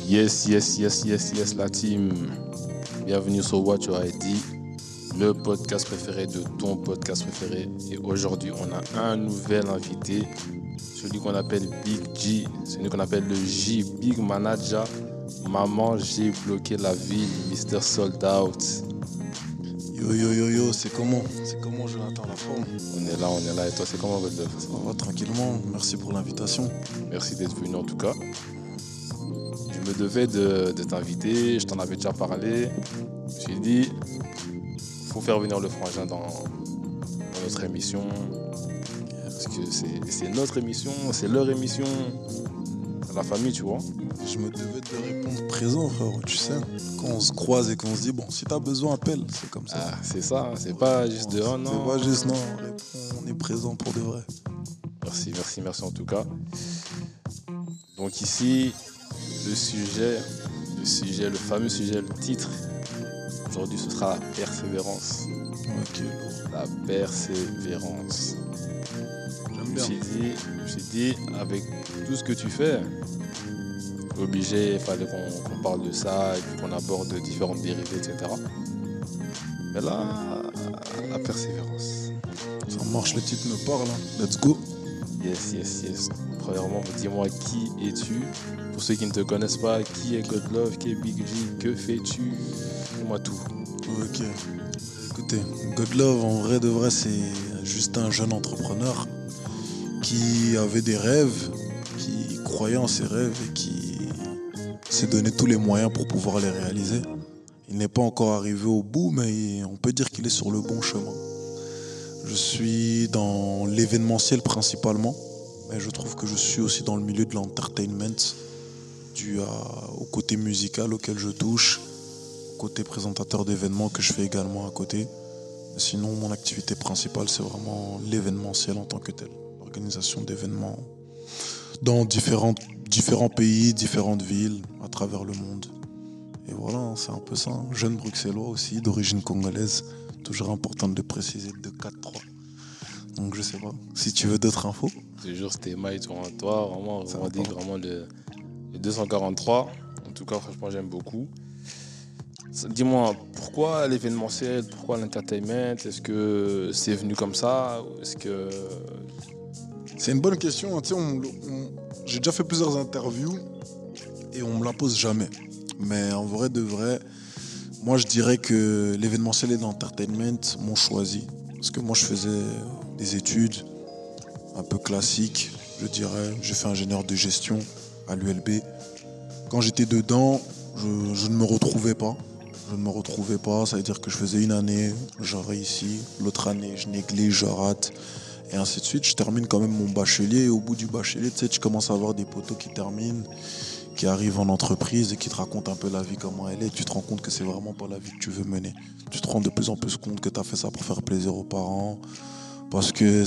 Yes, la team. Bienvenue sur What Your ID, le podcast préféré de ton podcast préféré. Et aujourd'hui, on a un nouvel invité, celui qu'on appelle Big G, celui qu'on appelle le J, Big Manager. Maman, j'ai bloqué la ville, Mr. Sold Out. Yo, c'est comment Jonathan, la forme? On est là. Et toi, c'est comment, votre Ça va tranquillement, merci pour l'invitation. Merci d'être venu en tout cas. Je me devais de t'inviter, je t'en avais déjà parlé. Je me suis dit, faut faire venir le frangin dans notre émission. Parce que c'est notre émission, c'est leur émission. C'est la famille, tu vois. Je me devais de répondre présent, frère, tu sais. Quand on se croise et qu'on se dit, bon, si t'as besoin, appelle, c'est comme ça. Ah, c'est ça, c'est pas juste de « oh non ». C'est pas juste, non, on est présent pour de vrai. Merci en tout cas. Donc ici, le fameux sujet, le titre. Aujourd'hui, ce sera la persévérance. Ok. La persévérance. J'aime bien. Je me suis dit, avec tout ce que tu fais, obligé, il fallait qu'on parle de ça et puis qu'on aborde différentes dérivées, etc. Mais là, la persévérance. Ça marche, le titre me parle, hein. Let's go. Yes. Premièrement, dis-moi, qui es-tu? Pour ceux qui ne te connaissent pas, qui est Godlove, qui est Big G, que fais-tu? Dis-moi tout. Ok. Écoutez, Godlove, en vrai de vrai, c'est juste un jeune entrepreneur qui avait des rêves, qui croyait en ses rêves et qui s'est donné tous les moyens pour pouvoir les réaliser. Il n'est pas encore arrivé au bout, mais on peut dire qu'il est sur le bon chemin. Je suis dans l'événementiel principalement, mais je trouve que je suis aussi dans le milieu de l'entertainment, dû au côté musical auquel je touche, au côté présentateur d'événements que je fais également à côté. Sinon, mon activité principale, c'est vraiment l'événementiel en tant que tel. L'organisation d'événements dans différents pays, différentes villes à travers le monde. Et voilà, c'est un peu ça. Jeune bruxellois aussi, d'origine congolaise. Toujours important de préciser, de 4-3. Donc je sais pas. Si tu veux d'autres infos. Toujours c'était maille sur toi, vraiment, on dit vraiment le 243. En tout cas, franchement, j'aime beaucoup. Dis-moi, pourquoi l'événementiel, pourquoi l'entertainment? Est-ce que c'est venu comme ça? Est-ce que... C'est une bonne question. Tu sais, j'ai déjà fait plusieurs interviews et on me la pose jamais. Mais en vrai de vrai, moi je dirais que l'événementiel et l'entertainment m'ont choisi. Parce que moi je faisais des études un peu classiques, je dirais. J'ai fait ingénieur de gestion à l'ULB. Quand j'étais dedans, je ne me retrouvais pas. Ça veut dire que je faisais une année, je réussis. L'autre année, je néglige, je rate. Et ainsi de suite. Je termine quand même mon bachelier. Et au bout du bachelier, tu sais, tu commences à avoir des potos qui terminent, qui arrivent en entreprise et qui te racontent un peu la vie, comment elle est. Tu te rends compte que c'est vraiment pas la vie que tu veux mener. Tu te rends de plus en plus compte que tu as fait ça pour faire plaisir aux parents. Parce que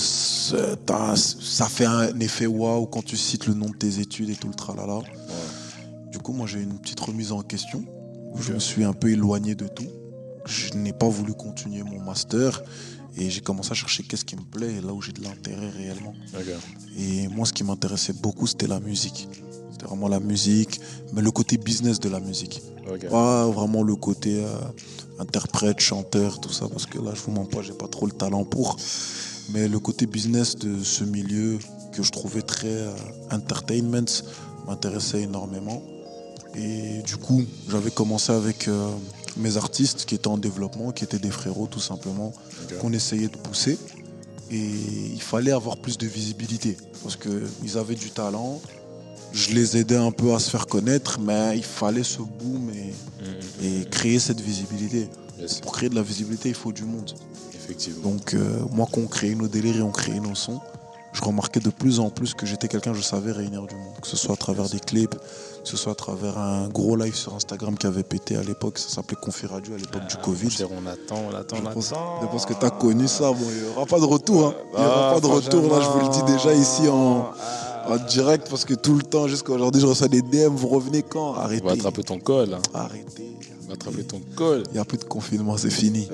ça fait un effet waouh quand tu cites le nom de tes études et tout le tralala. Ouais. Du coup, moi, j'ai eu une petite remise en question. Où je me suis un peu éloigné de tout. Je n'ai pas voulu continuer mon master. Et j'ai commencé à chercher qu'est-ce qui me plaît et là où j'ai de l'intérêt réellement. Okay. Et moi, ce qui m'intéressait beaucoup, c'était la musique. C'était vraiment la musique, mais le côté business de la musique. Okay. Pas vraiment le côté interprète, chanteur, tout ça, parce que là, je vous mens pas, j'ai pas trop le talent pour. Mais le côté business de ce milieu que je trouvais très entertainment m'intéressait énormément. Et du coup, j'avais commencé avec mes artistes qui étaient en développement, qui étaient des frérots tout simplement, okay, qu'on essayait de pousser. Et il fallait avoir plus de visibilité parce qu'ils avaient du talent. Je les aidais un peu à se faire connaître, mais il fallait ce boom et créer cette visibilité. Yes. Pour créer de la visibilité, il faut du monde. Effectivement. Donc moi, quand on créait nos délires et on créait nos sons, je remarquais de plus en plus que j'étais quelqu'un, je savais réunir du monde. Que ce soit à travers des clips, que ce soit à travers un gros live sur Instagram qui avait pété à l'époque. Ça s'appelait Confi Radio à l'époque du Covid. On attend. Je pense que tu as connu ça. Bon, il n'y aura pas de retour. Hein. Il n'y aura pas de retour. Là, je vous le dis déjà ici en direct parce que tout le temps, jusqu'à aujourd'hui, je reçois des DM. Vous revenez quand? Arrêtez. Tu vas attraper ton col. Hein. Arrêtez. Tu vas attraper ton col. Il n'y a plus de confinement, c'est fini.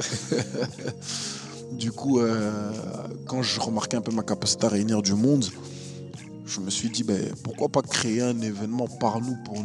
Du coup, quand je remarquais un peu ma capacité à réunir du monde, je me suis dit, pourquoi pas créer un événement par nous, pour nous,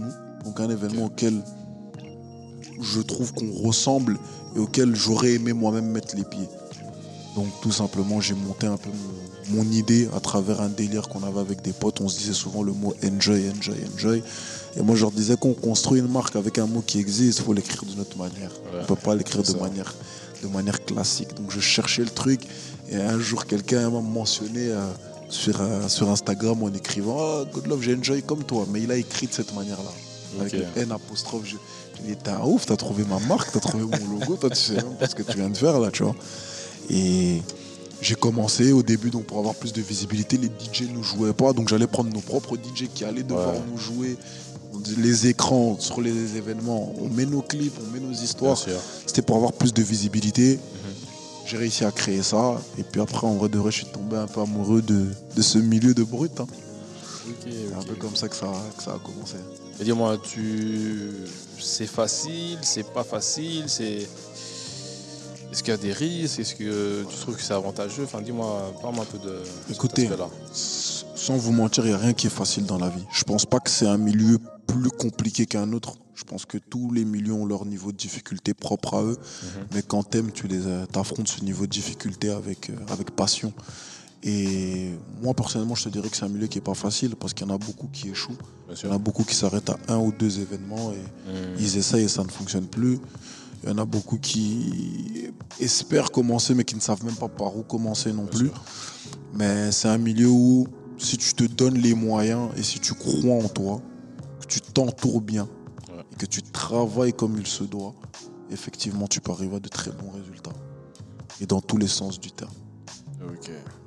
Donc un événement auquel je trouve qu'on ressemble et auquel j'aurais aimé moi-même mettre les pieds. Donc tout simplement, j'ai monté un peu mon idée à travers un délire qu'on avait avec des potes. On se disait souvent le mot enjoy, enjoy, enjoy. Et moi, je leur disais qu'on construit une marque avec un mot qui existe, il faut l'écrire de notre manière. Ouais, on ne peut pas l'écrire de manière classique. Donc je cherchais le truc et un jour, quelqu'un m'a mentionné sur Instagram en écrivant « Oh, Good Love, j'ai enjoy comme toi ». Mais il a écrit de cette manière-là. Avec le N apostrophe. Je dis « T'es un ouf, t'as trouvé ma marque, t'as trouvé mon logo, toi tu sais même pas ce que tu viens de faire là, tu vois ». Et j'ai commencé au début, donc pour avoir plus de visibilité, les DJ ne nous jouaient pas, donc j'allais prendre nos propres DJ qui allaient devoir nous jouer. Les écrans sur les événements, on met nos clips, on met nos histoires. C'était pour avoir plus de visibilité. J'ai réussi à créer ça. Et puis après, en vrai de vrai, je suis tombé un peu amoureux de ce milieu de brut. Hein. C'est un peu comme ça que ça a commencé. Et dis-moi, c'est facile, c'est pas facile, Est-ce qu'il y a des risques? Est-ce que tu trouves que c'est avantageux? Enfin, dis-moi, parle-moi un peu de Écoutez, sans vous mentir, il n'y a rien qui est facile dans la vie. Je pense pas que c'est un milieu plus compliqué qu'un autre. Je pense que tous les milieux ont leur niveau de difficulté propre à eux. Mais quand t'aimes, tu t'affrontes ce niveau de difficulté avec passion. Et moi, personnellement, je te dirais que c'est un milieu qui n'est pas facile parce qu'il y en a beaucoup qui échouent. Il y en a beaucoup qui s'arrêtent à 1 ou 2 événements et ils essayent et ça ne fonctionne plus. Il y en a beaucoup qui espèrent commencer mais qui ne savent même pas par où commencer non plus. Mais c'est un milieu où si tu te donnes les moyens et si tu crois en toi, que tu t'entoures bien et que tu travailles comme il se doit, effectivement tu peux arriver à de très bons résultats. Et dans tous les sens du terme. Ok.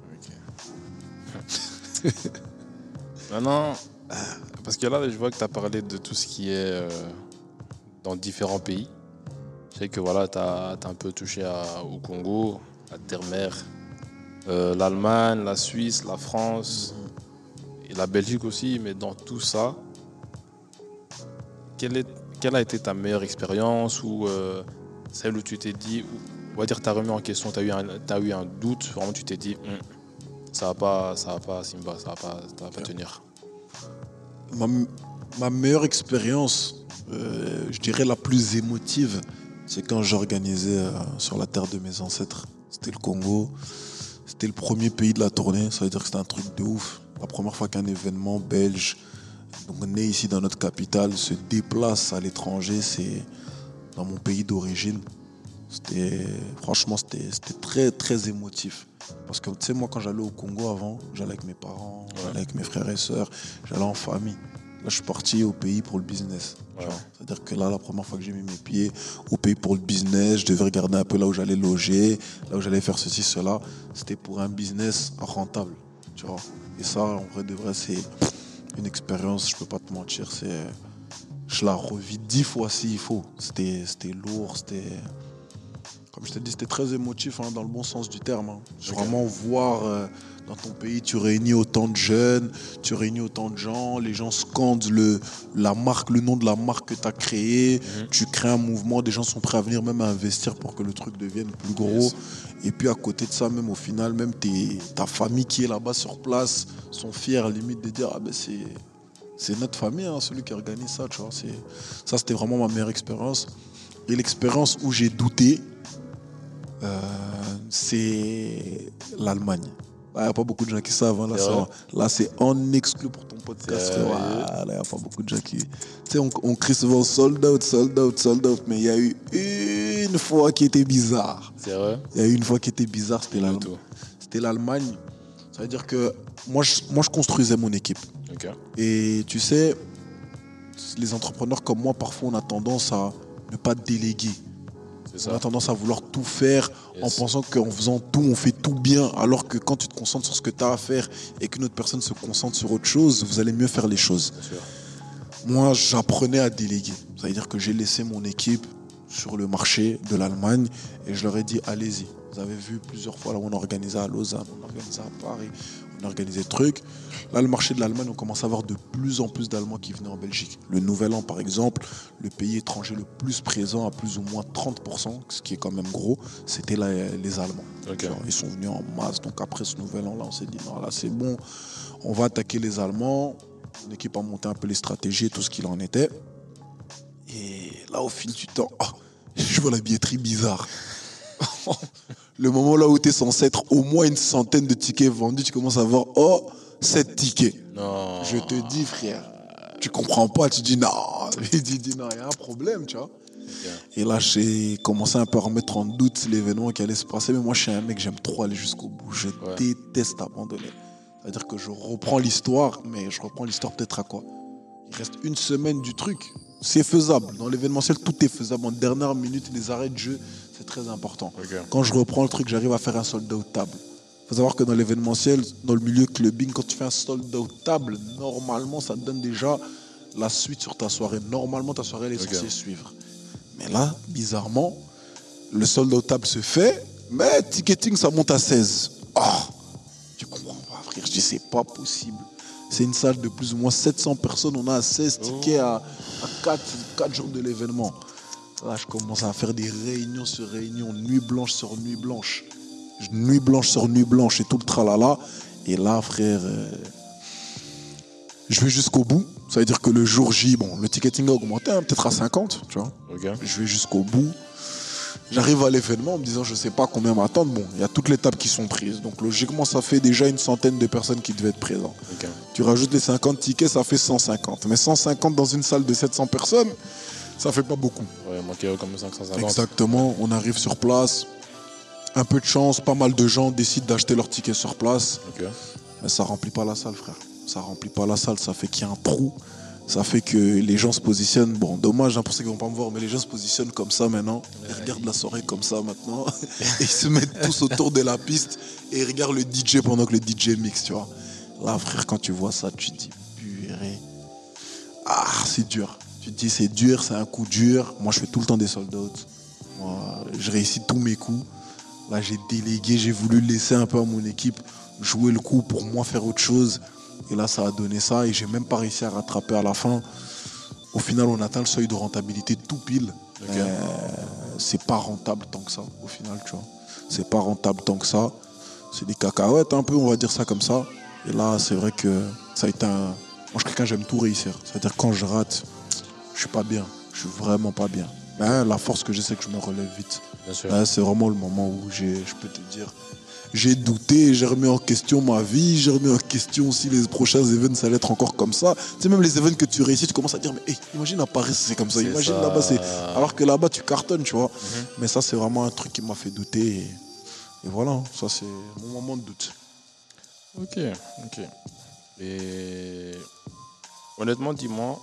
Maintenant, parce que là je vois que tu as parlé de tout ce qui est dans différents pays. Je sais que voilà, tu as un peu touché au Congo, à Terre-Mère, l'Allemagne, la Suisse, la France et la Belgique aussi. Mais dans tout ça, quelle a été ta meilleure expérience ou celle où tu t'es dit, on va dire tu as remis en question, tu as eu un doute, vraiment tu t'es dit, ça va pas Simba, ça va pas tenir. Ma meilleure expérience, je dirais la plus émotive, c'est quand j'organisais sur la terre de mes ancêtres. C'était le Congo. C'était le premier pays de la tournée. Ça veut dire que c'était un truc de ouf. La première fois qu'un événement belge, donc né ici dans notre capitale, se déplace à l'étranger, c'est dans mon pays d'origine. Franchement, c'était très, très émotif. Parce que, tu sais, moi, quand j'allais au Congo avant, j'allais avec mes parents, j'allais avec mes frères et sœurs, j'allais en famille. Là, je suis parti au pays pour le business. C'est-à-dire que là, la première fois que j'ai mis mes pieds au pays pour le business, je devais regarder un peu là où j'allais loger, là où j'allais faire ceci, cela. C'était pour un business rentable, tu vois. Et ça, en vrai de vrai, c'est une expérience, je peux pas te mentir. Je la revis 10 fois s'il faut. C'était lourd, comme je t'ai dit, c'était très émotif, dans le bon sens du terme. Vraiment voir dans ton pays, tu réunis autant de jeunes, tu réunis autant de gens, les gens scandent la marque, le nom de la marque que tu as créé, tu crées un mouvement, des gens sont prêts à venir même à investir pour que le truc devienne plus gros. Et puis à côté de ça, même au final, même ta famille qui est là-bas sur place sont fiers limite de dire c'est notre famille, celui qui organise ça, tu vois. Ça, c'était vraiment ma meilleure expérience. Et l'expérience où j'ai douté, c'est l'Allemagne. Il n'y a pas beaucoup de gens qui savent. Là, c'est en exclu pour ton podcast. Là, il n'y a pas beaucoup de gens qui... Tu sais, on crie souvent sold out, sold out, sold out. Mais il y a eu une fois qui était bizarre. C'est vrai? Il y a eu une fois qui était bizarre, c'était l'Allemagne. C'était l'Allemagne. Ça veut dire que moi, je construisais mon équipe. Okay. Et tu sais, les entrepreneurs comme moi, parfois, on a tendance à ne pas déléguer. On a tendance à vouloir tout faire en pensant qu'en faisant tout, on fait tout bien. Alors que quand tu te concentres sur ce que tu as à faire et qu'une autre personne se concentre sur autre chose, vous allez mieux faire les choses. Moi, j'apprenais à déléguer. Ça veut dire que j'ai laissé mon équipe sur le marché de l'Allemagne et je leur ai dit, allez-y. Vous avez vu plusieurs fois, là, on organisait à Lausanne, on organisait à Paris, on organisait des trucs. Là, le marché de l'Allemagne, on commence à avoir de plus en plus d'Allemands qui venaient en Belgique. Le Nouvel An, par exemple, le pays étranger le plus présent, à plus ou moins 30%, ce qui est quand même gros, c'était les Allemands. Okay. Ils sont venus en masse. Donc après ce Nouvel An, là, on s'est dit, non, là, c'est bon, on va attaquer les Allemands. L'équipe a monté un peu les stratégies et tout ce qu'il en était. Et là, au fil du temps, je vois la billetterie bizarre. Le moment là où tu es censé être au moins une centaine de tickets vendus, tu commences à voir, 7 tickets. Non. Je te dis, frère, tu comprends pas, tu dis non. Il dit non, il y a un problème, tu vois. Okay. Et là, j'ai commencé un peu à remettre en doute l'événement qui allait se passer. Mais moi, je suis un mec, j'aime trop aller jusqu'au bout. Je déteste abandonner. C'est-à-dire que je reprends l'histoire, mais je reprends l'histoire peut-être à quoi? Il reste une semaine du truc. C'est faisable. Dans l'événementiel, tout est faisable. En dernière minute, les arrêts de jeu, c'est très important. Okay. Quand je reprends le truc, j'arrive à faire un sold out table. Il faut savoir que dans l'événementiel, dans le milieu clubbing, quand tu fais un sold out table, normalement, ça te donne déjà la suite sur ta soirée. Normalement, ta soirée, elle est censée suivre. Mais là, bizarrement, le sold out table se fait, mais ticketing, ça monte à 16. Tu comprends pas, frère. Je dis, c'est pas possible. C'est une salle de plus ou moins 700 personnes. On a 16 tickets à 4 jours de l'événement. Là, je commence à faire des réunions sur réunions, nuit blanche sur nuit blanche. Nuit blanche sur nuit blanche et tout le tralala. Et là, frère, je vais jusqu'au bout. Ça veut dire que le jour J, bon, le ticketing a augmenté, peut-être à 50, tu vois. Okay. Je vais jusqu'au bout. J'arrive à l'événement en me disant, je sais pas combien m'attendre. Bon, il y a toutes les tables qui sont prises. Donc, logiquement, ça fait déjà une centaine de personnes qui devaient être présentes. Okay. Tu rajoutes les 50 tickets, ça fait 150. Mais 150 dans une salle de 700 personnes, ça fait pas beaucoup. Ouais, manqué comme 550. Exactement. On arrive sur place. Un peu de chance, pas mal de gens décident d'acheter leurs tickets sur place. Okay. Mais ça remplit pas la salle, frère. Ça remplit pas la salle. Ça fait qu'il y a un trou. Ça fait que les gens se positionnent. Bon, dommage pour ceux qui vont pas me voir, mais les gens se positionnent comme ça maintenant. Ils regardent la soirée comme ça maintenant. Et ils se mettent tous autour de la piste et ils regardent le DJ pendant que le DJ mixe, tu vois. Là, frère, quand tu vois ça, tu te dis, purée. C'est dur. Tu te dis, c'est dur, c'est un coup dur. Moi, je fais tout le temps des sold out. Moi, je réussis tous mes coups. Là, j'ai délégué, j'ai voulu laisser un peu à mon équipe jouer le coup pour moi faire autre chose. Et là, ça a donné ça et j'ai même pas réussi à rattraper à la fin. Au final, on atteint le seuil de rentabilité tout pile. Okay. C'est pas rentable tant que ça, au final, tu vois. C'est pas rentable tant que ça. C'est des cacahuètes un peu, on va dire ça comme ça. Et là, c'est vrai que ça a été un... Moi, je suis quelqu'un, j'aime tout réussir. C'est-à-dire quand je rate, je suis pas bien. Je suis vraiment pas bien. Mais la force que j'ai, c'est que je me relève vite. Bien sûr. C'est vraiment le moment où je peux te dire... J'ai douté, j'ai remis en question ma vie, j'ai remis en question si les prochains événements ça allait être encore comme ça. Tu sais, même les événements que tu réussis, tu commences à dire, mais imagine à Paris c'est comme ça, imagine ça. Là-bas c'est... Alors que là-bas tu cartonnes, tu vois. Mais ça c'est vraiment un truc qui m'a fait douter. Et voilà, ça c'est mon moment de doute. Ok. Et honnêtement, dis-moi,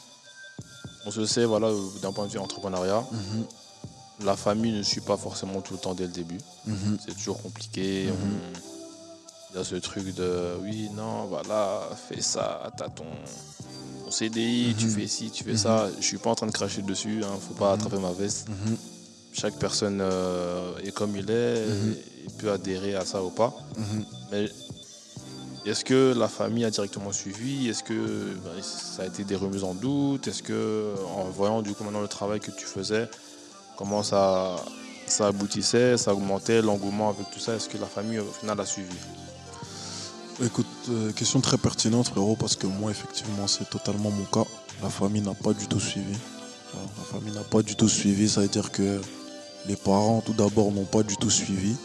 on se sait, voilà, d'un point de vue entrepreneuriat, la famille ne suit pas forcément tout le temps dès le début. C'est toujours compliqué. Il y a ce truc de oui, non, voilà, fais ça, t'as ton CDI, tu fais ci, tu fais ça. Je suis pas en train de cracher dessus, faut pas attraper ma veste. Chaque personne est comme il est, il peut adhérer à ça ou pas. Mais est-ce que la famille a directement suivi? Est-ce que ça a été des remises en doute? Est-ce que, en voyant du coup maintenant le travail que tu faisais, comment ça aboutissait, ça augmentait, l'engouement avec tout ça, est-ce que la famille au final a suivi? Écoute, question très pertinente frérot, parce que moi effectivement c'est totalement mon cas. La famille n'a pas du tout suivi. La famille n'a pas du tout suivi, ça veut dire que les parents tout d'abord n'ont pas du tout suivi.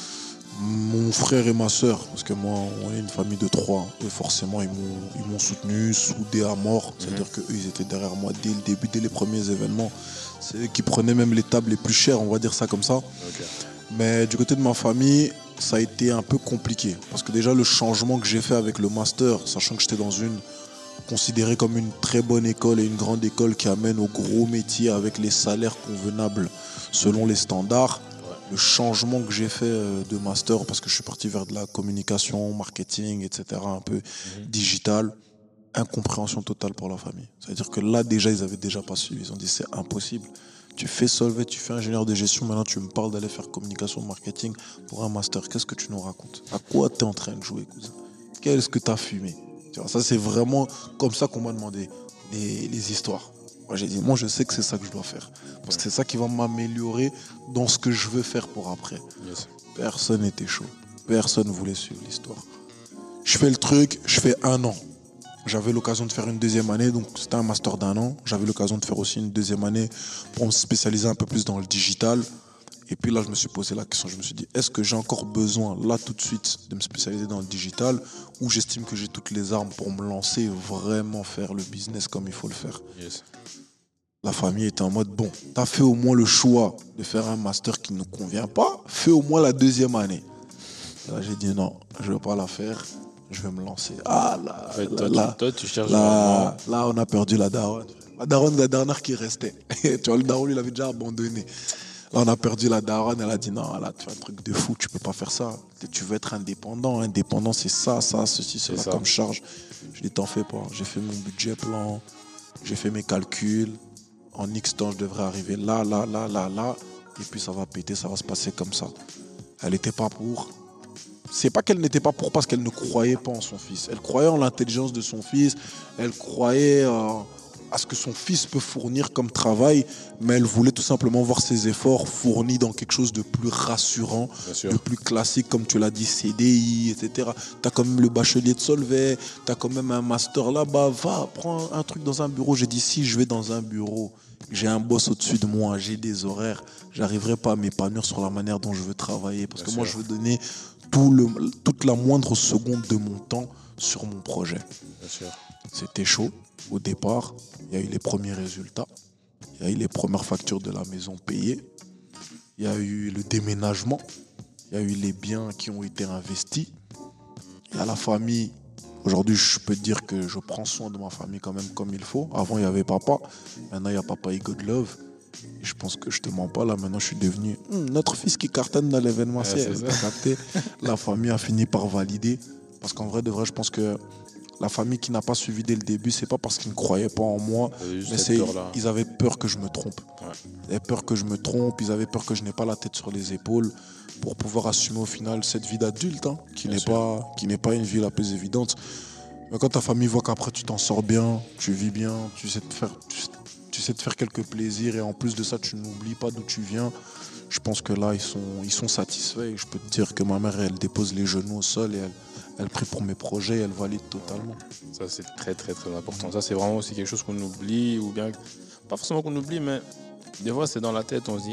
Mon frère et ma soeur, parce que moi on est une famille de 3, eux forcément ils m'ont soutenu, soudé à mort. C'est-à-dire qu'eux ils étaient derrière moi dès le début, dès les premiers événements. C'est eux qui prenaient même les tables les plus chères, on va dire ça comme ça. Okay. Mais du côté de ma famille, ça a été un peu compliqué. Parce que déjà le changement que j'ai fait avec le master, sachant que j'étais dans considérée comme une très bonne école et une grande école qui amène au gros métier avec les salaires convenables selon les standards. Le changement que j'ai fait de master, parce que je suis parti vers de la communication, marketing, etc., un peu digital, incompréhension totale pour la famille. C'est-à-dire que là, déjà, ils avaient déjà pas suivi. Ils ont dit, c'est impossible. Tu fais Solvay, tu fais ingénieur de gestion, maintenant tu me parles d'aller faire communication, marketing pour un master. Qu'est-ce que tu nous racontes? À quoi tu es en train de jouer, cousin? Qu'est-ce que tu as fumé? Tu vois, ça, c'est vraiment comme ça qu'on m'a demandé les histoires. Moi, j'ai dit, moi, je sais que c'est ça que je dois faire. Parce que c'est ça qui va m'améliorer dans ce que je veux faire pour après. Yes. Personne n'était chaud. Personne ne voulait suivre l'histoire. Je fais le truc, je fais 1 an. J'avais l'occasion de faire une deuxième année, donc c'était un master d'1 an. J'avais l'occasion de faire aussi une deuxième année pour me spécialiser un peu plus dans le digital. Et puis là, je me suis posé la question, je me suis dit, est-ce que j'ai encore besoin, là tout de suite, de me spécialiser dans le digital, ou j'estime que j'ai toutes les armes pour me lancer et vraiment faire le business comme il faut le faire. Yes. La famille était en mode, bon, t'as fait au moins le choix de faire un master qui ne nous convient pas, fais au moins la deuxième année. Et là, j'ai dit non, je ne vais pas la faire, je vais me lancer. Ah là, En fait, toi, tu cherches là, on a perdu la daronne. La daronne, la dernière qui restait. Tu vois, le daron, il avait déjà abandonné. Là, on a perdu la daronne, elle a dit non, là, tu fais un truc de fou, tu peux pas faire ça. Tu veux être indépendant. Indépendant, c'est ça, ceci, cela comme charge. Je dis, t'en fais pas. J'ai fait mon budget plan, j'ai fait mes calculs. En X temps, je devrais arriver là. Et puis ça va péter, ça va se passer comme ça. Elle n'était pas pour. C'est pas qu'elle n'était pas pour parce qu'elle ne croyait pas en son fils. Elle croyait en l'intelligence de son fils. Elle croyait à ce que son fils peut fournir comme travail. Mais elle voulait tout simplement voir ses efforts fournis dans quelque chose de plus rassurant, de plus classique, comme tu l'as dit, CDI, etc. Tu as quand même le bachelier de Solvay, tu as quand même un master là-bas. Va, prends un truc dans un bureau. J'ai dit, si je vais dans un bureau, j'ai un boss au-dessus de moi, j'ai des horaires, j'arriverai pas à m'épanouir sur la manière dont je veux travailler. Parce que moi, je veux donner toute la moindre seconde de mon temps sur mon projet. Bien sûr. C'était chaud. Au départ, il y a eu les premiers résultats. Il y a eu les premières factures de la maison payées. Il y a eu le déménagement. Il y a eu les biens qui ont été investis. Il y a la famille. Aujourd'hui, je peux te dire que je prends soin de ma famille quand même comme il faut. Avant, il y avait papa. Maintenant, il y a papa et God Love. Et je pense que je te mens pas, là, maintenant, je suis devenu notre fils qui cartonne dans l'événementiel. La famille a fini par valider. Parce qu'en vrai, de vrai, je pense que la famille qui n'a pas suivi dès le début, c'est pas parce qu'ils ne croyaient pas en moi, mais ils avaient peur que je me trompe. Ouais. Ils avaient peur que je me trompe, ils avaient peur que je n'ai pas la tête sur les épaules pour pouvoir assumer au final cette vie d'adulte, qui n'est pas une vie la plus évidente. Mais quand ta famille voit qu'après tu t'en sors bien, tu vis bien, tu sais te faire quelques plaisirs et en plus de ça, tu n'oublies pas d'où tu viens. Je pense que là, ils sont satisfaits. Et je peux te dire que ma mère, elle dépose les genoux au sol et elle prie pour mes projets et elle valide totalement. Ça, c'est très, très, très important. Ça, c'est vraiment aussi quelque chose qu'on oublie ou bien... Pas forcément qu'on oublie, mais des fois, c'est dans la tête. On se dit,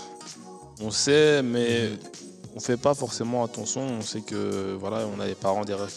on sait, mais on fait pas forcément attention. On sait que, voilà, on a des parents derrière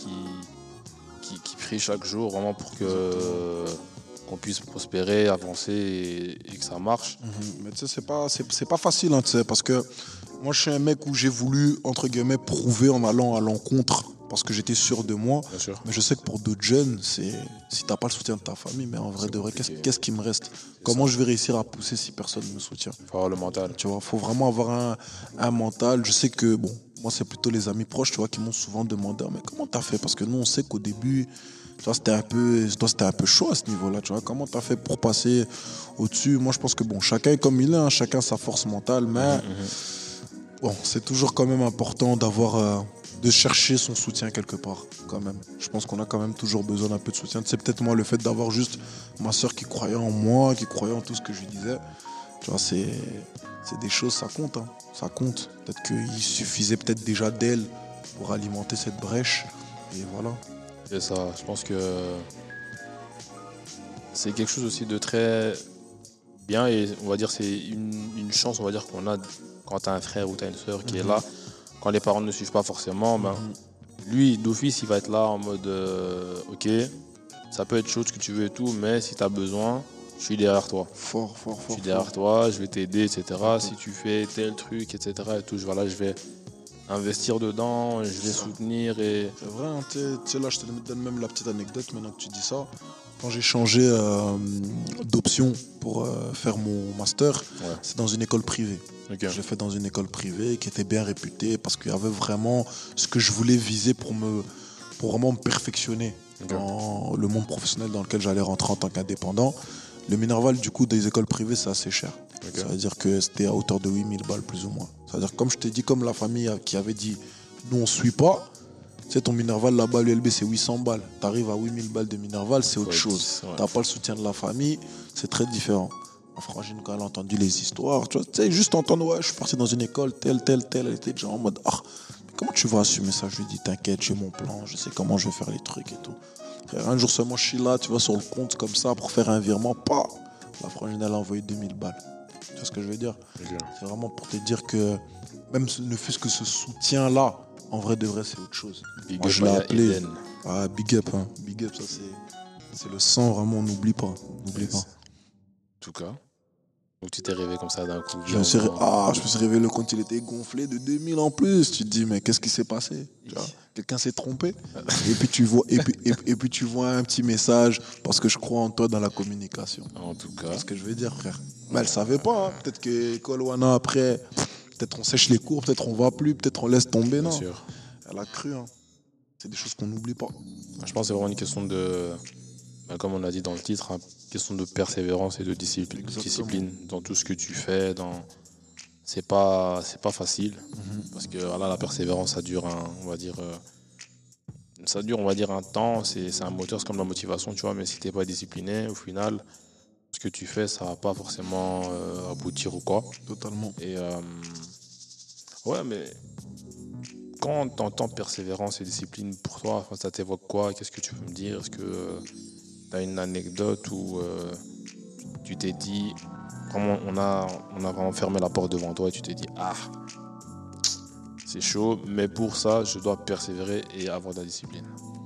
qui prient chaque jour vraiment pour qu'on puisse prospérer, avancer et que ça marche. Mais tu sais, c'est pas facile, parce que moi, je suis un mec où j'ai voulu, entre guillemets, prouver en allant à l'encontre parce que j'étais sûr de moi. Bien sûr. Mais je sais que pour d'autres jeunes, si t'as pas le soutien de ta famille, mais en vrai de vrai, qu'est-ce qui me reste ? Comment je vais réussir à pousser si personne ne me soutient ? Il faut avoir le mental. Tu vois, faut vraiment avoir un mental. Je sais que, bon, moi, c'est plutôt les amis proches, tu vois, qui m'ont souvent demandé, mais comment t'as fait ? Parce que nous, on sait qu'au début, tu vois, c'était un peu chaud à ce niveau-là, tu vois. Comment t'as fait pour passer au-dessus ? Moi, je pense que, bon, chacun est comme il est, chacun sa force mentale, mais bon, c'est toujours quand même important de chercher son soutien quelque part, quand même. Je pense qu'on a quand même toujours besoin d'un peu de soutien. C'est peut-être moi le fait d'avoir juste ma soeur qui croyait en moi, qui croyait en tout ce que je disais. Tu vois, c'est des choses, ça compte. Ça compte. Peut-être qu'il suffisait peut-être déjà d'elle pour alimenter cette brèche. Et voilà. C'est ça. Je pense que c'est quelque chose aussi de très bien et on va dire c'est une chance, on va dire qu'on a quand tu as un frère ou tu as une soeur qui est là. Quand les parents ne suivent pas forcément, lui, d'office, il va être là en mode ok, ça peut être chaud ce que tu veux et tout, mais si tu as besoin, je suis derrière toi. Fort. Je suis derrière toi, je vais t'aider, etc. Si tu fais tel truc, etc. et tout, voilà, je vais investir dedans, je vais soutenir. Et... C'est vrai, tu sais, là, je te donne même la petite anecdote maintenant que tu dis ça. Quand j'ai changé d'option pour faire mon master, c'est dans une école privée. Okay. J'ai fait dans une école privée qui était bien réputée parce qu'il y avait vraiment ce que je voulais viser pour vraiment me perfectionner dans le monde professionnel dans lequel j'allais rentrer en tant qu'indépendant. Le Minerval, du coup, des écoles privées, c'est assez cher. Ça veut dire que c'était à hauteur de 8000 balles plus ou moins. Ça veut dire, comme je t'ai dit, comme la famille qui avait dit nous on suit pas, tu sais, ton Minerval là-bas, l'ULB, c'est 800 balles. Tu arrives à 8000 balles de Minerval, c'est autre chose. Tu n'as pas le soutien de la famille, c'est très différent. Ma frangine, quand elle a entendu les histoires, tu sais, juste entendre, je suis parti dans une école, telle, elle était déjà en mode, comment tu vas assumer ça? Je lui dis, t'inquiète, j'ai mon plan, je sais comment je vais faire les trucs et tout. Frère, un jour seulement, je suis là, tu vas sur le compte comme ça pour faire un virement, pas. La frangine, elle a envoyé 2000 balles. Tu vois ce que je veux dire? C'est vraiment pour te dire que même ne fût-ce que ce soutien-là, en vrai de vrai, c'est autre chose. Big Moi, up je l'ai à appelé. Eden. Ah, big up, hein. Big up, ça c'est le sang, vraiment, on n'oublie pas. On n'oublie pas. En tout cas. Donc tu t'es réveillé comme ça d'un coup. Je me suis réveillé, le compte il était gonflé de 2000 en plus. Tu te dis, mais qu'est-ce qui s'est passé? Tu vois, quelqu'un s'est trompé. Et puis tu vois un petit message parce que je crois en toi dans la communication. En tout cas. C'est ce que je veux dire, frère. Mais elle savait pas. Hein. Peut-être que Colwana après, peut-être on sèche les cours, peut-être on va plus, peut-être on laisse tomber. Bien Non. sûr. Elle a cru. Hein. C'est des choses qu'on n'oublie pas. Je pense que c'est vraiment une question de, comme on a dit dans le titre, une question de persévérance et de discipline. Discipline dans tout ce que tu fais. C'est pas facile. Parce que voilà, la persévérance, ça dure on va dire un temps. C'est un moteur, c'est comme la motivation, tu vois. Mais si t'es pas discipliné, au final, ce que tu fais, ça va pas forcément aboutir ou quoi. Totalement. Et ouais, mais quand tu entends persévérance et discipline pour toi, ça t'évoque quoi? Qu'est-ce que tu peux me dire? Est-ce que tu as une anecdote où tu t'es dit, vraiment, on a vraiment fermé la porte devant toi et tu t'es dit, ah, c'est chaud, mais pour ça, je dois persévérer et avoir de la discipline.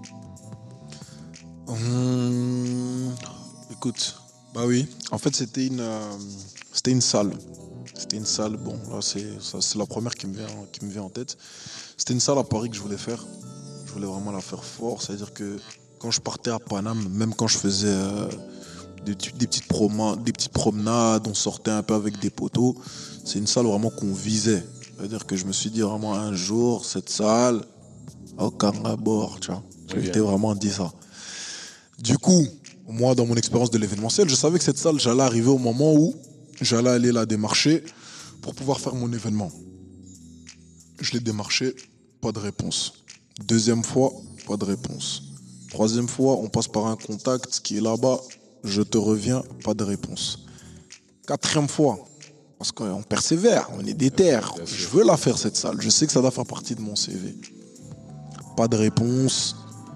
Écoute, bah oui. En fait, c'était une salle. C'était une salle. Bon, là, c'est la première qui me vient en tête. C'était une salle à Paris que je voulais faire. Je voulais vraiment la faire fort. C'est-à-dire que quand je partais à Paname, même quand je faisais des petites promenades, on sortait un peu avec des poteaux. C'est une salle vraiment qu'on visait. C'est-à-dire que je me suis dit vraiment un jour, cette salle, aucun abord, tu vois. Je m'étais vraiment dit ça. Du coup, moi, dans mon expérience de l'événementiel, je savais que cette salle, j'allais arriver au moment où j'allais aller la démarcher pour pouvoir faire mon événement. Je l'ai démarché, pas de réponse. Deuxième fois, pas de réponse. Troisième fois, on passe par un contact qui est là-bas, je te reviens, pas de réponse. Quatrième fois, parce qu'on persévère, on est déter. Je veux la faire cette salle, je sais que ça doit faire partie de mon CV. Pas de réponse.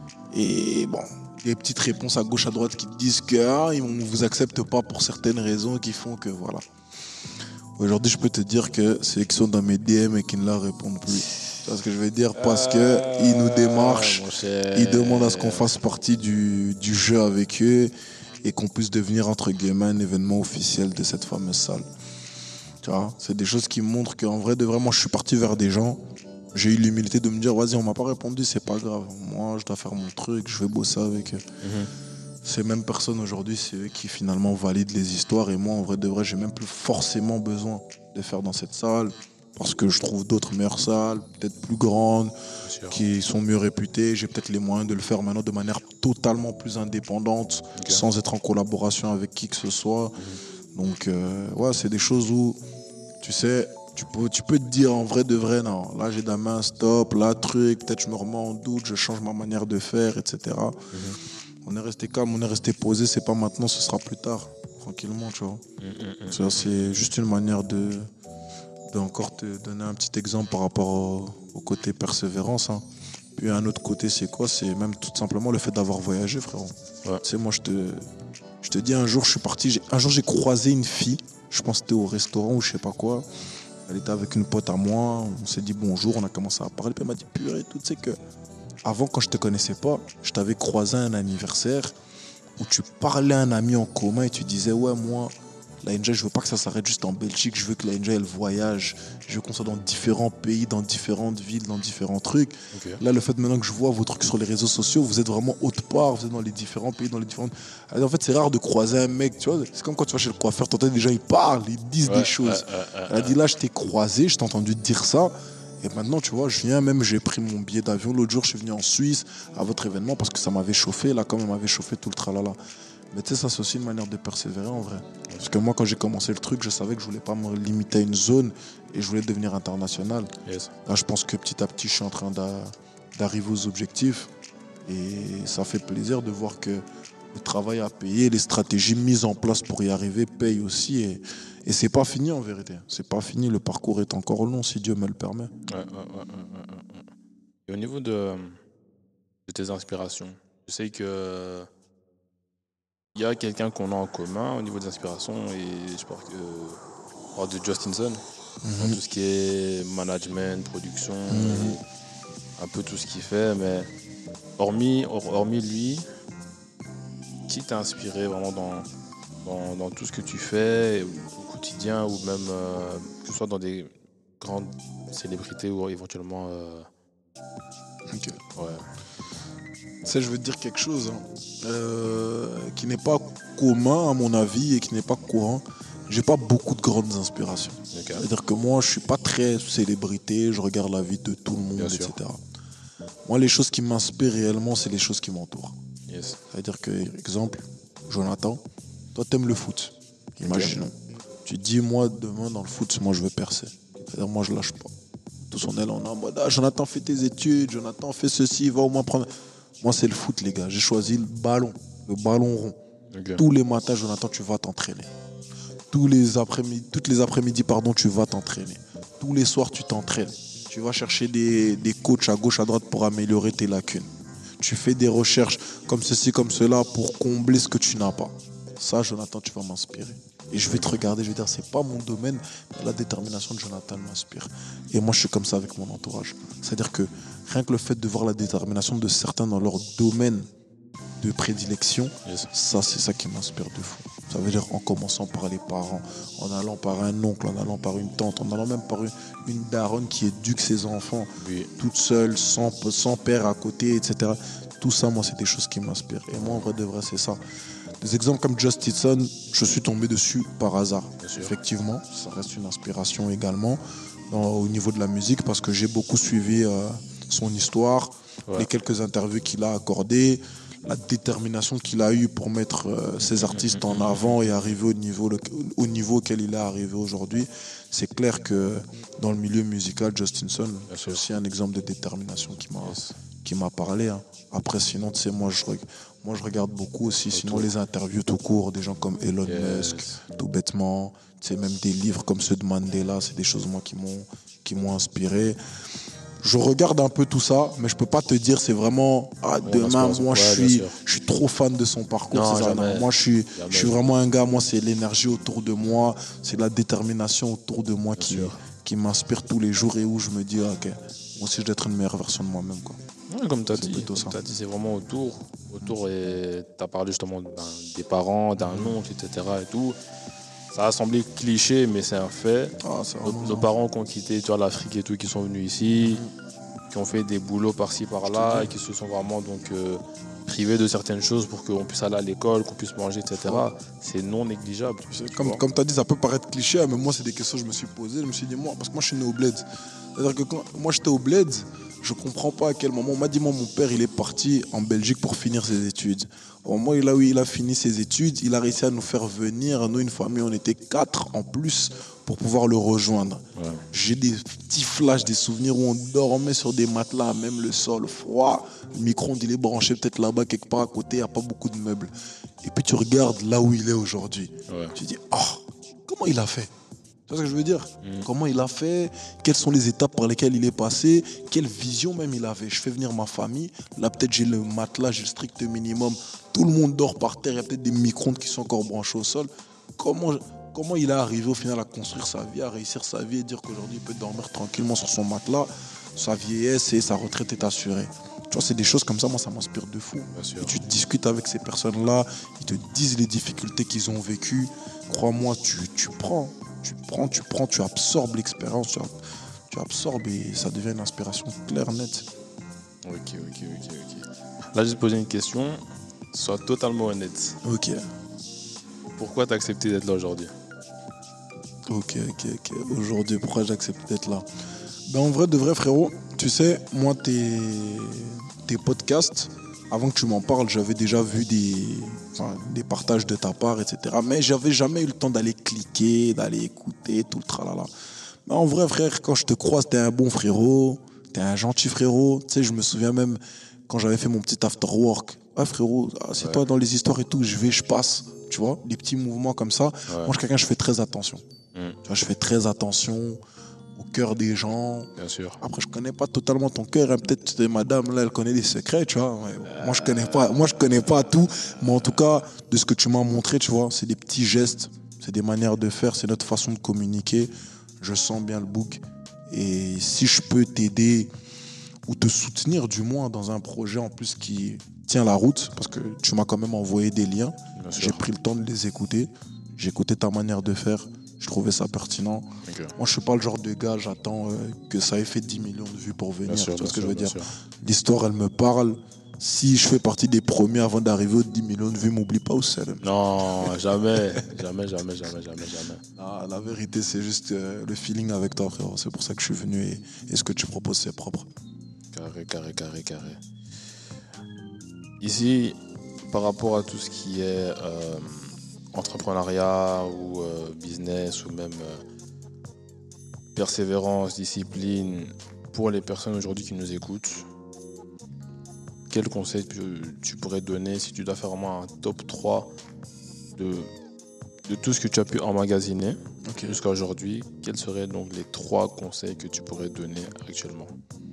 Et bon, des petites réponses à gauche à droite qui te disent que on ne vous accepte pas pour certaines raisons qui font que voilà. Aujourd'hui, je peux te dire que c'est ceux qui sont dans mes DM et qui ne la répondent plus. Tu vois ce que je veux dire? Parce qu'ils nous démarchent, ils demandent à ce qu'on fasse partie du jeu avec eux et qu'on puisse devenir, entre guillemets, un événement officiel de cette fameuse salle. Tu vois, c'est des choses qui montrent qu'en vrai, de vrai, moi, je suis parti vers des gens. J'ai eu l'humilité de me dire, vas-y, on m'a pas répondu, c'est pas grave. Moi, je dois faire mon truc, je vais bosser avec eux. Ces mêmes personnes aujourd'hui, c'est eux qui finalement valident les histoires. Et moi, en vrai de vrai, j'ai même plus forcément besoin de faire dans cette salle. Parce que je trouve d'autres meilleures salles, peut-être plus grandes, qui sont mieux réputées. J'ai peut-être les moyens de le faire maintenant de manière totalement plus indépendante, sans être en collaboration avec qui que ce soit. Donc, ouais, c'est des choses où, tu sais, tu peux te dire en vrai de vrai, non, là j'ai la main, stop, là truc, peut-être je me remets en doute, je change ma manière de faire, etc. On est resté calme, on est resté posé, c'est pas maintenant, ce sera plus tard, tranquillement, tu vois. C'est juste une manière de encore te donner un petit exemple par rapport au côté persévérance. Hein. Puis un autre côté, c'est quoi? C'est même tout simplement le fait d'avoir voyagé, frérot. Ouais. Tu sais, moi, je te dis, un jour, je suis parti, un jour, j'ai croisé une fille, je pense que c'était au restaurant ou je sais pas quoi. Elle était avec une pote à moi, on s'est dit bonjour, on a commencé à parler, puis elle m'a dit purée, tout, tu sais que avant, quand je te connaissais pas, je t'avais croisé à un anniversaire où tu parlais à un ami en commun et tu disais ouais, moi, la Enjoy, je veux pas que ça s'arrête juste en Belgique, je veux que la Enjoy, elle voyage, je veux qu'on soit dans différents pays, dans différentes villes, dans différents trucs. Là, le fait maintenant que je vois vos trucs sur les réseaux sociaux, vous êtes vraiment haute part, vous êtes dans les différents pays, dans les différentes... Alors, en fait, c'est rare de croiser un mec, tu vois, c'est comme quand tu vas chez le coiffeur, t'entends des gens, ils parlent, ils disent des choses. Elle a dit là, je t'ai croisé, je t'ai entendu dire ça. Et maintenant, tu vois, je viens même, j'ai pris mon billet d'avion. L'autre jour, je suis venu en Suisse à votre événement parce que ça m'avait chauffé. Là, quand même, m'avait chauffé tout le tralala. Mais tu sais, ça, c'est aussi une manière de persévérer en vrai. Parce que moi, quand j'ai commencé le truc, je savais que je voulais pas me limiter à une zone et je voulais devenir international. Là, je pense que petit à petit, je suis en train d'arriver aux objectifs. Et ça fait plaisir de voir que le travail a payé, les stratégies mises en place pour y arriver payent aussi. Et c'est pas fini en vérité. C'est pas fini, le parcours est encore long si Dieu me le permet. Et au niveau de tes inspirations, je sais que il y a quelqu'un qu'on a en commun au niveau des inspirations et je pense que on parle de Justin Sun dans tout ce qui est management, production et un peu tout ce qu'il fait, mais hormis lui, qui t'a inspiré vraiment dans tout ce que tu fais au quotidien ou même que ce soit dans des grandes célébrités ou éventuellement Ok. ouais. Tu sais, je veux te dire quelque chose qui n'est pas commun à mon avis et qui n'est pas courant. J'ai pas beaucoup de grandes inspirations. Okay. C'est-à-dire que moi, je suis pas très célébrité, je regarde la vie de tout le monde, etc. Moi, les choses qui m'inspirent réellement, c'est les choses qui m'entourent. Yes. C'est-à-dire que, exemple, Jonathan, toi, t'aimes le foot. Imaginons. Tu te dis, moi, demain, dans le foot, moi, je veux percer. C'est-à-dire, moi, je lâche pas. Tout son aile, on est en mode, ah, Jonathan, fais tes études, Jonathan, fais ceci, va au moins prendre. Moi, c'est le foot, les gars. J'ai choisi le ballon rond. Okay. Tous les matins, Jonathan, tu vas t'entraîner. Toutes les après-midi, tu vas t'entraîner. Tous les soirs, tu t'entraînes. Tu vas chercher des coachs à gauche, à droite pour améliorer tes lacunes. Tu fais des recherches comme ceci, comme cela pour combler ce que tu n'as pas. Ça, Jonathan, tu vas m'inspirer. Et je vais te regarder, je vais dire, c'est pas mon domaine, mais la détermination de Jonathan m'inspire. Et moi, je suis comme ça avec mon entourage. C'est-à-dire que rien que le fait de voir la détermination de certains dans leur domaine de prédilection, ça, c'est ça qui m'inspire de fou. Ça veut dire en commençant par les parents, en allant par un oncle, en allant par une tante, en allant même par une daronne qui éduque ses enfants, toute seule, sans père à côté, etc. Tout ça, moi, c'est des choses qui m'inspirent. Et moi, en vrai de vrai, c'est ça. Des exemples comme Justin Sun, je suis tombé dessus par hasard. Effectivement, ça reste une inspiration également au niveau de la musique parce que j'ai beaucoup suivi son histoire, les quelques interviews qu'il a accordées, la détermination qu'il a eue pour mettre ses artistes en avant et arriver au niveau auquel il est arrivé aujourd'hui. C'est clair que dans le milieu musical, Justin Sun, c'est aussi un exemple de détermination qui m'a parlé. Hein. Après, sinon, tu sais, moi, je regarde beaucoup aussi, sinon les interviews tout court, des gens comme Elon Musk, tout bêtement. Tu sais, même des livres comme ceux de Mandela, c'est des choses, moi, qui m'ont inspiré. Je regarde un peu tout ça, mais je peux pas te dire c'est vraiment demain moi je suis trop fan de son parcours. Non, moi je suis vraiment un gars, moi c'est l'énergie autour de moi, c'est la détermination autour de moi qui m'inspire tous les jours et où je me dis ok, moi aussi je dois être une meilleure version de moi-même quoi. Ouais, comme tu as dit, c'est vraiment autour et tu as parlé justement des parents, d'un oncle, etc. et tout. Ça a semblé cliché, mais c'est un fait. Nos parents qui ont quitté l'Afrique et tout, qui sont venus ici, qui ont fait des boulots par-ci par-là, et qui se sont vraiment donc privés de certaines choses pour qu'on puisse aller à l'école, qu'on puisse manger, etc. C'est non négligeable. Comme tu as dit, ça peut paraître cliché, mais moi, c'est des questions que je me suis posées. Je me suis dit, parce que moi, je suis né au bled. C'est-à-dire que quand moi, j'étais au bled, je comprends pas à quel moment. On m'a dit, mon père, il est parti en Belgique pour finir ses études. Au moment où il a fini ses études, il a réussi à nous faire venir. Nous, une famille, on était 4 en plus pour pouvoir le rejoindre. Ouais. J'ai des petits flashs, des souvenirs où on dormait sur des matelas, même le sol froid. Le micro-ondes, il est branché peut-être là-bas, quelque part à côté, il n'y a pas beaucoup de meubles. Et puis tu regardes là où il est aujourd'hui. Ouais. Tu te dis, comment il a fait ? Tu vois ce que je veux dire ? Comment il a fait ? Quelles sont les étapes par lesquelles il est passé ? Quelle vision même il avait ? Je fais venir ma famille. Là, peut-être j'ai le matelas, j'ai le strict minimum. Tout le monde dort par terre. Il y a peut-être des micro-ondes qui sont encore branchés au sol. Comment il est arrivé au final à construire sa vie, à réussir sa vie et dire qu'aujourd'hui il peut dormir tranquillement sur son matelas, sa vieillesse et sa retraite est assurée. Tu vois, c'est des choses comme ça, moi ça m'inspire de fou. Et tu discutes avec ces personnes-là, ils te disent les difficultés qu'ils ont vécues. Crois-moi, tu prends, tu absorbes l'expérience, tu absorbes et ça devient une inspiration claire, nette. Ok. Là, je vais te poser une question, sois totalement honnête. Ok. Pourquoi tu as accepté d'être là aujourd'hui ? Ok. Aujourd'hui, pourquoi j'ai accepté d'être là ? En vrai, de vrai, frérot, tu sais, moi, tes podcasts, avant que tu m'en parles, j'avais déjà vu des partages de ta part, etc. Mais j'avais jamais eu le temps d'aller cliquer, d'aller écouter, tout le tralala. Mais en vrai, frère, quand je te croise, t'es un bon frérot, t'es un gentil frérot. Tu sais, je me souviens même quand j'avais fait mon petit after work. Ah, frérot, c'est toi dans les histoires et tout, je passe. Tu vois, des petits mouvements comme ça. Moi, je suis quelqu'un, je fais très attention. Tu vois, je fais très attention au cœur des gens. Bien sûr. Après, je connais pas totalement ton cœur. Hein. Peut-être madame, là, elle connaît des secrets, tu vois. Ouais, bon, moi, je connais pas tout. Mais en tout cas, de ce que tu m'as montré, tu vois, c'est des petits gestes, c'est des manières de faire, c'est notre façon de communiquer. Je sens bien le bouc. Et si je peux t'aider ou te soutenir, du moins, dans un projet en plus qui tient la route, parce que tu m'as quand même envoyé des liens. J'ai pris le temps de les écouter. J'ai écouté ta manière de faire. Je trouvais ça pertinent. Okay. Moi, je suis pas le genre de gars, j'attends que ça ait fait 10 millions de vues pour venir. Tu vois ce que je veux dire ? L'histoire, elle me parle. Si je fais partie des premiers avant d'arriver aux 10 millions de vues, m'oublie pas où c'est. Non, jamais. Ah, la vérité, c'est juste le feeling avec toi, frère. C'est pour ça que je suis venu et ce que tu proposes, c'est propre. Carré. Ici, par rapport à tout ce qui est entrepreneuriat ou business ou même persévérance, discipline, pour les personnes aujourd'hui qui nous écoutent, quel conseil tu pourrais donner si tu dois faire vraiment un top 3 de tout ce que tu as pu emmagasiner jusqu'à aujourd'hui? Quels seraient donc les 3 conseils que tu pourrais donner actuellement?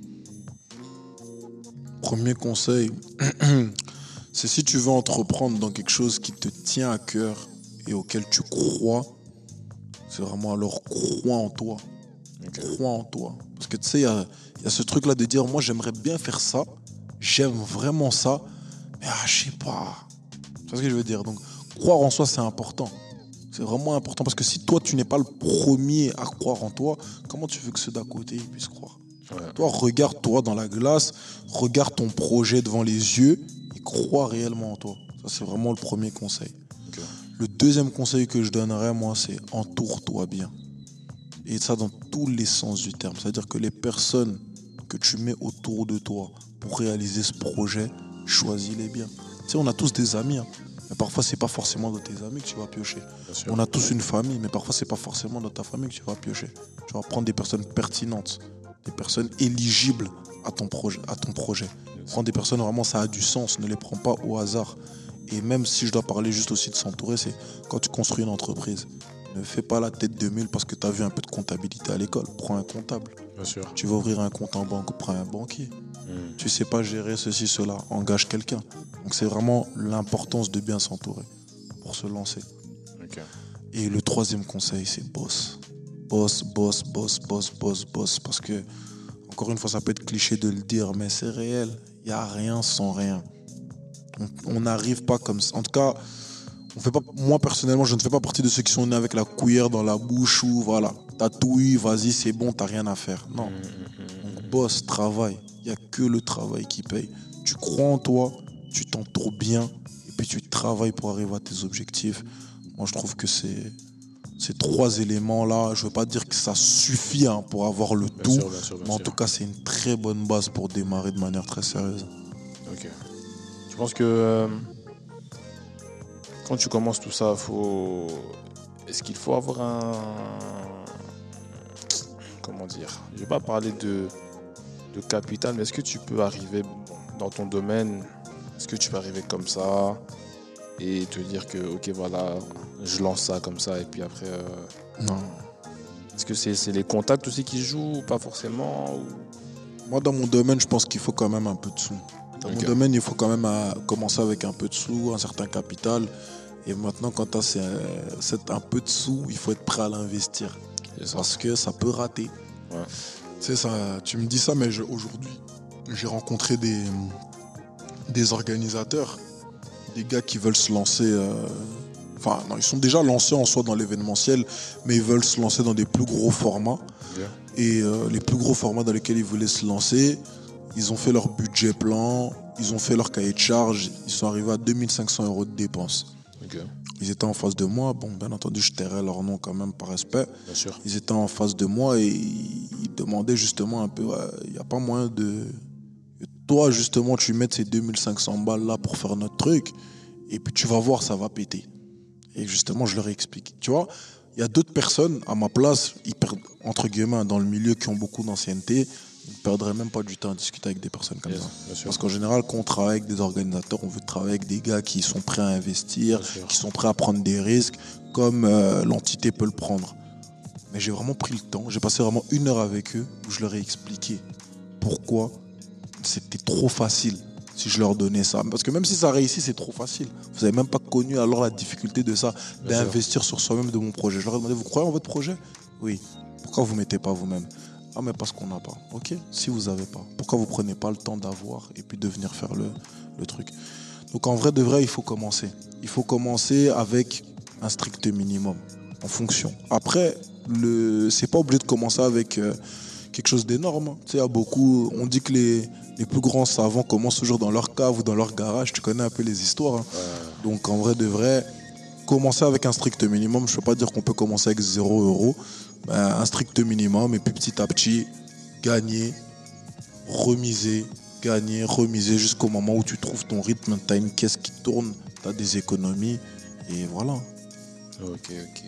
Premier conseil, c'est si tu veux entreprendre dans quelque chose qui te tient à cœur et auquel tu crois, c'est vraiment alors crois en toi. Crois en toi. Parce que tu sais, il y a ce truc-là de dire, moi j'aimerais bien faire ça, j'aime vraiment ça, mais je sais pas. Tu vois ce que je veux dire? Donc, croire en soi, c'est important. C'est vraiment important parce que si toi, tu n'es pas le premier à croire en toi, comment tu veux que ceux d'à côté puissent croire? Ouais. Toi, regarde-toi dans la glace, regarde ton projet devant les yeux et crois réellement en toi. Ça, c'est vraiment le premier conseil. Okay. Le deuxième conseil que je donnerais, moi, c'est entoure-toi bien. Et ça dans tous les sens du terme. C'est-à-dire que les personnes que tu mets autour de toi pour réaliser ce projet, choisis-les bien. Tu sais, on a tous des amis, hein. Mais parfois, c'est pas forcément dans tes amis que tu vas piocher. On a tous une famille, mais parfois, c'est pas forcément dans ta famille que tu vas piocher. Tu vas prendre des personnes pertinentes, des personnes éligibles à ton projet. Prends des personnes, vraiment, ça a du sens. Ne les prends pas au hasard. Et même si je dois parler juste aussi de s'entourer, c'est quand tu construis une entreprise. Ne fais pas la tête de mule parce que tu as vu un peu de comptabilité à l'école. Prends un comptable. Bien sûr. Tu vas ouvrir un compte en banque, prends un banquier. Tu sais pas gérer ceci, cela, engage quelqu'un. Donc c'est vraiment l'importance de bien s'entourer pour se lancer. Okay. Et le troisième conseil, c'est boss. Boss. Parce que, encore une fois, ça peut être cliché de le dire, mais c'est réel. Il n'y a rien sans rien. On n'arrive pas comme ça. En tout cas, moi personnellement, je ne fais pas partie de ceux qui sont nés avec la cuillère dans la bouche ou voilà, t'as tout eu, vas-y, c'est bon, t'as rien à faire. Non. Donc bosse, travaille. Il n'y a que le travail qui paye. Tu crois en toi, tu t'entoures bien et puis tu travailles pour arriver à tes objectifs. Moi, je trouve que ces 3 éléments-là, je ne veux pas dire que ça suffit pour avoir le tout, mais en tout cas, c'est une très bonne base pour démarrer de manière très sérieuse. Ok. Je pense que quand tu commences tout ça, est-ce qu'il faut avoir un... Comment dire ? Je ne vais pas parler de capital, mais est-ce que tu peux arriver dans ton domaine, est-ce que tu peux arriver comme ça et te dire que, ok, voilà, je lance ça comme ça et puis après... Non. Est-ce que c'est les contacts aussi qui jouent ou pas forcément ou... Moi, dans mon domaine, je pense qu'il faut quand même un peu de sous. Dans mon domaine, il faut quand même commencer avec un peu de sous, un certain capital. Et maintenant, quand tu as un peu de sous, il faut être prêt à l'investir. Parce que ça peut rater. Ouais. Tu sais, ça, tu me dis ça, mais aujourd'hui, j'ai rencontré des organisateurs, des gars qui veulent se lancer... non, ils sont déjà lancés en soi dans l'événementiel, mais ils veulent se lancer dans des plus gros formats. Yeah. Et les plus gros formats dans lesquels ils voulaient se lancer, ils ont fait leur budget plan, ils ont fait leur cahier de charge, ils sont arrivés à 2500 € de dépenses. Okay. Ils étaient en face de moi, bon, bien entendu, je tairais leur nom quand même par respect. Bien sûr. Ils étaient en face de moi et ils demandaient justement un peu, il n'y a pas moyen de... Toi, justement, tu mettes ces 2500 balles là pour faire notre truc, et puis tu vas voir, ça va péter. Et justement, je leur ai expliqué. Tu vois, il y a d'autres personnes à ma place, entre guillemets, dans le milieu, qui ont beaucoup d'ancienneté. Ils ne perdraient même pas du temps à discuter avec des personnes comme ça. Parce qu'en général, quand on travaille avec des organisateurs, on veut travailler avec des gars qui sont prêts à investir, qui sont prêts à prendre des risques, comme l'entité peut le prendre. Mais j'ai vraiment pris le temps. J'ai passé vraiment 1 heure avec eux où je leur ai expliqué pourquoi c'était trop facile si je leur donnais ça. Parce que même si ça réussit, c'est trop facile. Vous n'avez même pas connu alors la difficulté de ça, d'investir sur soi-même de mon projet. Je leur ai demandé, vous croyez en votre projet? Oui. Pourquoi vous ne mettez pas vous-même? Ah, mais parce qu'on n'a pas. Ok, si vous n'avez pas, pourquoi vous ne prenez pas le temps d'avoir et puis de venir faire le truc? Donc en vrai de vrai, il faut commencer. Il faut commencer avec un strict minimum, en fonction. Après, c'est pas obligé de commencer avec quelque chose d'énorme. Hein. Tu sais, il y a beaucoup, on dit que les plus grands savants commencent toujours dans leur cave ou dans leur garage. Tu connais un peu les histoires. Hein. Donc en vrai de vrai, commencer avec un strict minimum. Je ne peux pas dire qu'on peut commencer avec 0 €. Un strict minimum et puis petit à petit, gagner, remiser, jusqu'au moment où tu trouves ton rythme, tu as une caisse qui tourne, tu as des économies et voilà. Ok.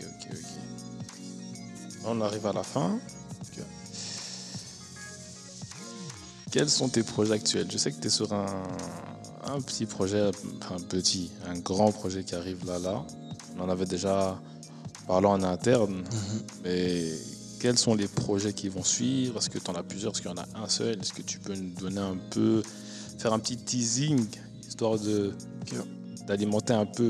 On arrive à la fin. Okay. Quels sont tes projets actuels? Je sais que tu es sur un petit projet, un grand projet qui arrive là. On en avait déjà parlé en interne, mais quels sont les projets qui vont suivre? Est-ce que tu en as plusieurs? Est-ce qu'il y en a un seul? Est-ce que tu peux nous donner un peu, faire un petit teasing, histoire d'alimenter un peu?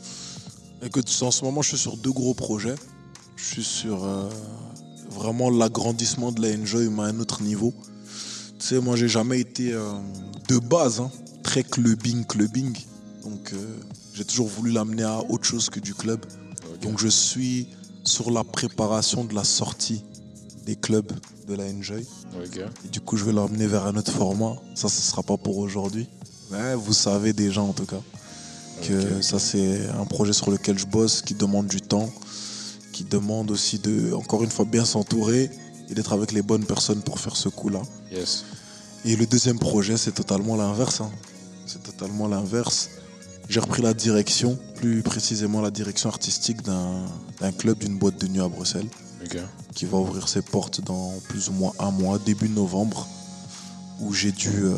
Écoute, en ce moment, je suis sur 2 gros projets. Je suis sur vraiment l'agrandissement de la Enjoy, mais à un autre niveau. Tu sais, moi, j'ai jamais été de base très clubbing. Donc, j'ai toujours voulu l'amener à autre chose que du club. Okay. Donc, je suis sur la préparation de la sortie des clubs de la Enjoy. Okay. Et du coup, je vais l'emmener vers un autre format. Ça, ce sera pas pour aujourd'hui. Mais vous savez déjà, en tout cas, que ça, c'est un projet sur lequel je bosse, qui demande du temps, qui demande aussi de, encore une fois, bien s'entourer et d'être avec les bonnes personnes pour faire ce coup-là. Yes. Et le deuxième projet, c'est totalement l'inverse. C'est totalement l'inverse. J'ai repris la direction, plus précisément la direction artistique d'un club, d'une boîte de nuit à Bruxelles, qui va ouvrir ses portes dans plus ou moins 1 mois, début novembre, où j'ai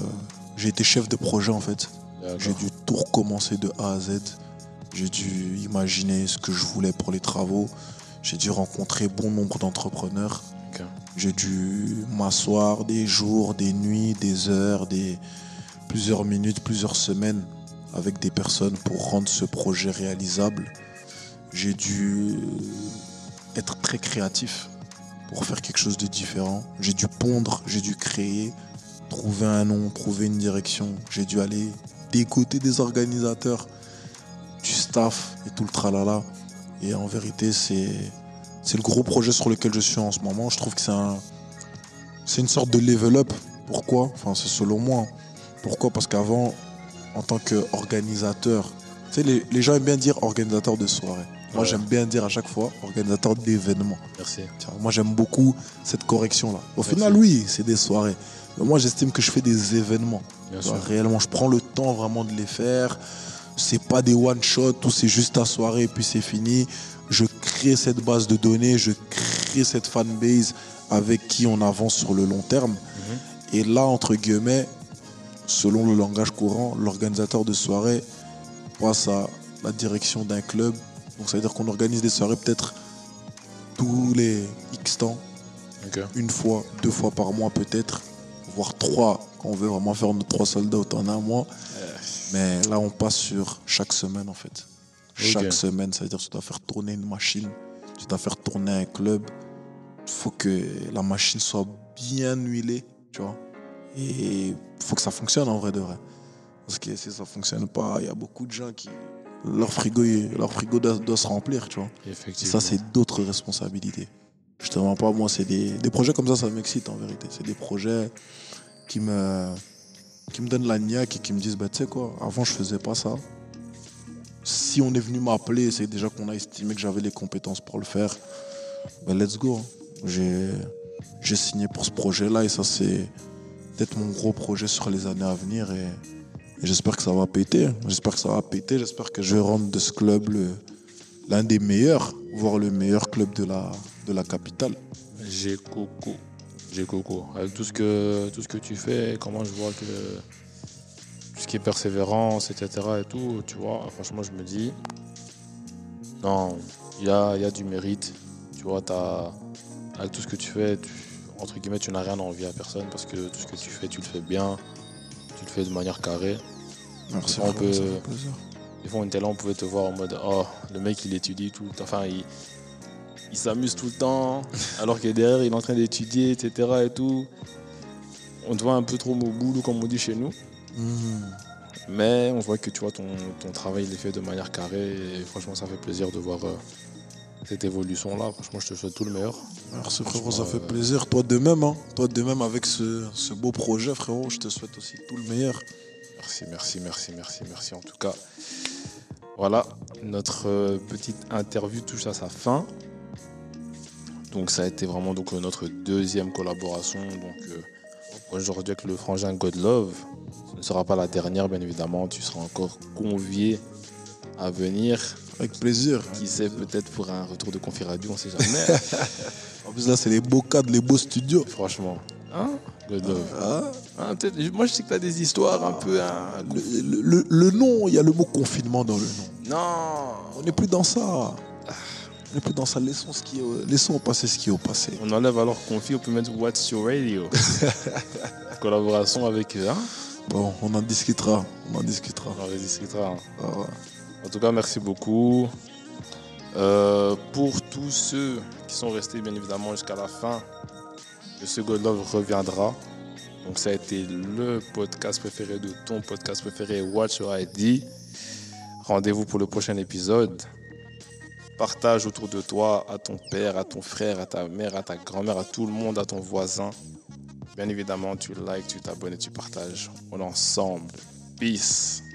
été chef de projet en fait. D'accord. J'ai dû tout recommencer de A à Z. J'ai dû imaginer ce que je voulais pour les travaux. J'ai dû rencontrer bon nombre d'entrepreneurs. Okay. J'ai dû m'asseoir des jours, des nuits, des heures, plusieurs minutes, plusieurs semaines avec des personnes pour rendre ce projet réalisable. J'ai dû être très créatif pour faire quelque chose de différent. J'ai dû pondre, j'ai dû créer, trouver un nom, trouver une direction. J'ai dû aller dégoter des organisateurs, du staff et tout le tralala. Et en vérité, c'est le gros projet sur lequel je suis en ce moment. Je trouve que c'est une sorte de level up. Pourquoi? Enfin, c'est selon moi. Pourquoi? Parce qu'avant, en tant qu'organisateur, tu sais, les gens aiment bien dire organisateur de soirée. Moi, j'aime bien dire à chaque fois organisateur d'événements. Merci. Moi, j'aime beaucoup cette correction-là. Au final, oui, c'est des soirées. Mais moi, j'estime que je fais des événements. Réellement, je prends le temps vraiment de les faire. C'est pas des one-shot où c'est juste ta soirée et puis c'est fini. Je crée cette base de données, je crée cette fanbase avec qui on avance sur le long terme. Et là, entre guillemets, selon le langage courant, l'organisateur de soirée passe à la direction d'un club. Donc ça veut dire qu'on organise des soirées peut-être tous les X temps. Okay. 1 fois, 2 fois par mois peut-être, voire 3 quand on veut vraiment faire nos 3 sold out en 1 mois. Mais là on passe sur chaque semaine en fait. Chaque semaine, ça veut dire que tu dois faire tourner une machine, tu dois faire tourner un club. Il faut que la machine soit bien huilée, tu vois. Et il faut que ça fonctionne en vrai de vrai. Parce que si ça ne fonctionne pas, il y a beaucoup de gens qui... Leur frigo doit se remplir, tu vois. Effectivement. Ça, c'est d'autres responsabilités. Justement pas, moi, c'est des projets comme ça m'excite en vérité. C'est des projets qui me donnent la niaque et qui me disent, bah, tu sais quoi, avant, je faisais pas ça. Si on est venu m'appeler, c'est déjà qu'on a estimé que j'avais les compétences pour le faire. Ben, let's go. J'ai signé pour ce projet-là et ça, c'est peut-être mon gros projet sur les années à venir et j'espère que ça va péter. J'espère que je vais rendre de ce club l'un des meilleurs, voire le meilleur club de la capitale. J'ai coco. Avec tout ce que tu fais, comment je vois que tout ce qui est persévérance, etc. et tout, tu vois, franchement, je me dis, non, il y a du mérite. Tu vois, avec tout ce que tu fais, entre guillemets, tu n'as rien à envier à personne parce que tout ce que tu fais, tu le fais bien, tu le fais de manière carrée. Merci, On frérot, peut- ça fait plaisir. Des fois, on était là, on pouvait te voir en mode, oh, le mec, il étudie tout le temps. Enfin, il s'amuse tout le temps, alors que derrière, il est en train d'étudier, etc. et tout. On te voit un peu trop au boulot, comme on dit chez nous. Mais on voit que tu vois, ton travail, il est fait de manière carrée. Et franchement, ça fait plaisir de voir cette évolution-là. Franchement, je te souhaite tout le meilleur. Merci, frérot, Franchement, ça fait plaisir. Toi de même, hein. Toi de même avec ce beau projet, frérot. Je te souhaite aussi tout le meilleur. Merci. En tout cas, voilà, notre petite interview touche à sa fin. Donc ça a été vraiment notre deuxième collaboration. Donc aujourd'hui avec le frangin Godlove. Ce ne sera pas la dernière, bien évidemment. Tu seras encore convié à venir. Avec plaisir. Qui sait, peut-être pour un retour de Confi Radio, on ne sait jamais. En plus, là, c'est les beaux cadres, les beaux studios. Franchement. Hein, Godlove. Peut-être, moi, je sais que tu as des histoires un peu... Le nom, il y a le mot confinement dans le nom. Non. On n'est plus dans ça. On n'est plus dans ça. Laissons passer ce qui est au passé. On enlève alors Confi, on peut mettre What's Your Radio. Collaboration avec eux. Hein? Bon, on en discutera. On en discutera. Hein. Ah ouais. En tout cas, merci beaucoup. Pour tous ceux qui sont restés, bien évidemment, jusqu'à la fin, ce Godlove reviendra. Donc, ça a été le podcast préféré de ton podcast préféré, Watch Your ID. Rendez-vous pour le prochain épisode. Partage autour de toi, à ton père, à ton frère, à ta mère, à ta grand-mère, à tout le monde, à ton voisin. Bien évidemment, tu likes, tu t'abonnes et tu partages. On est ensemble. Peace.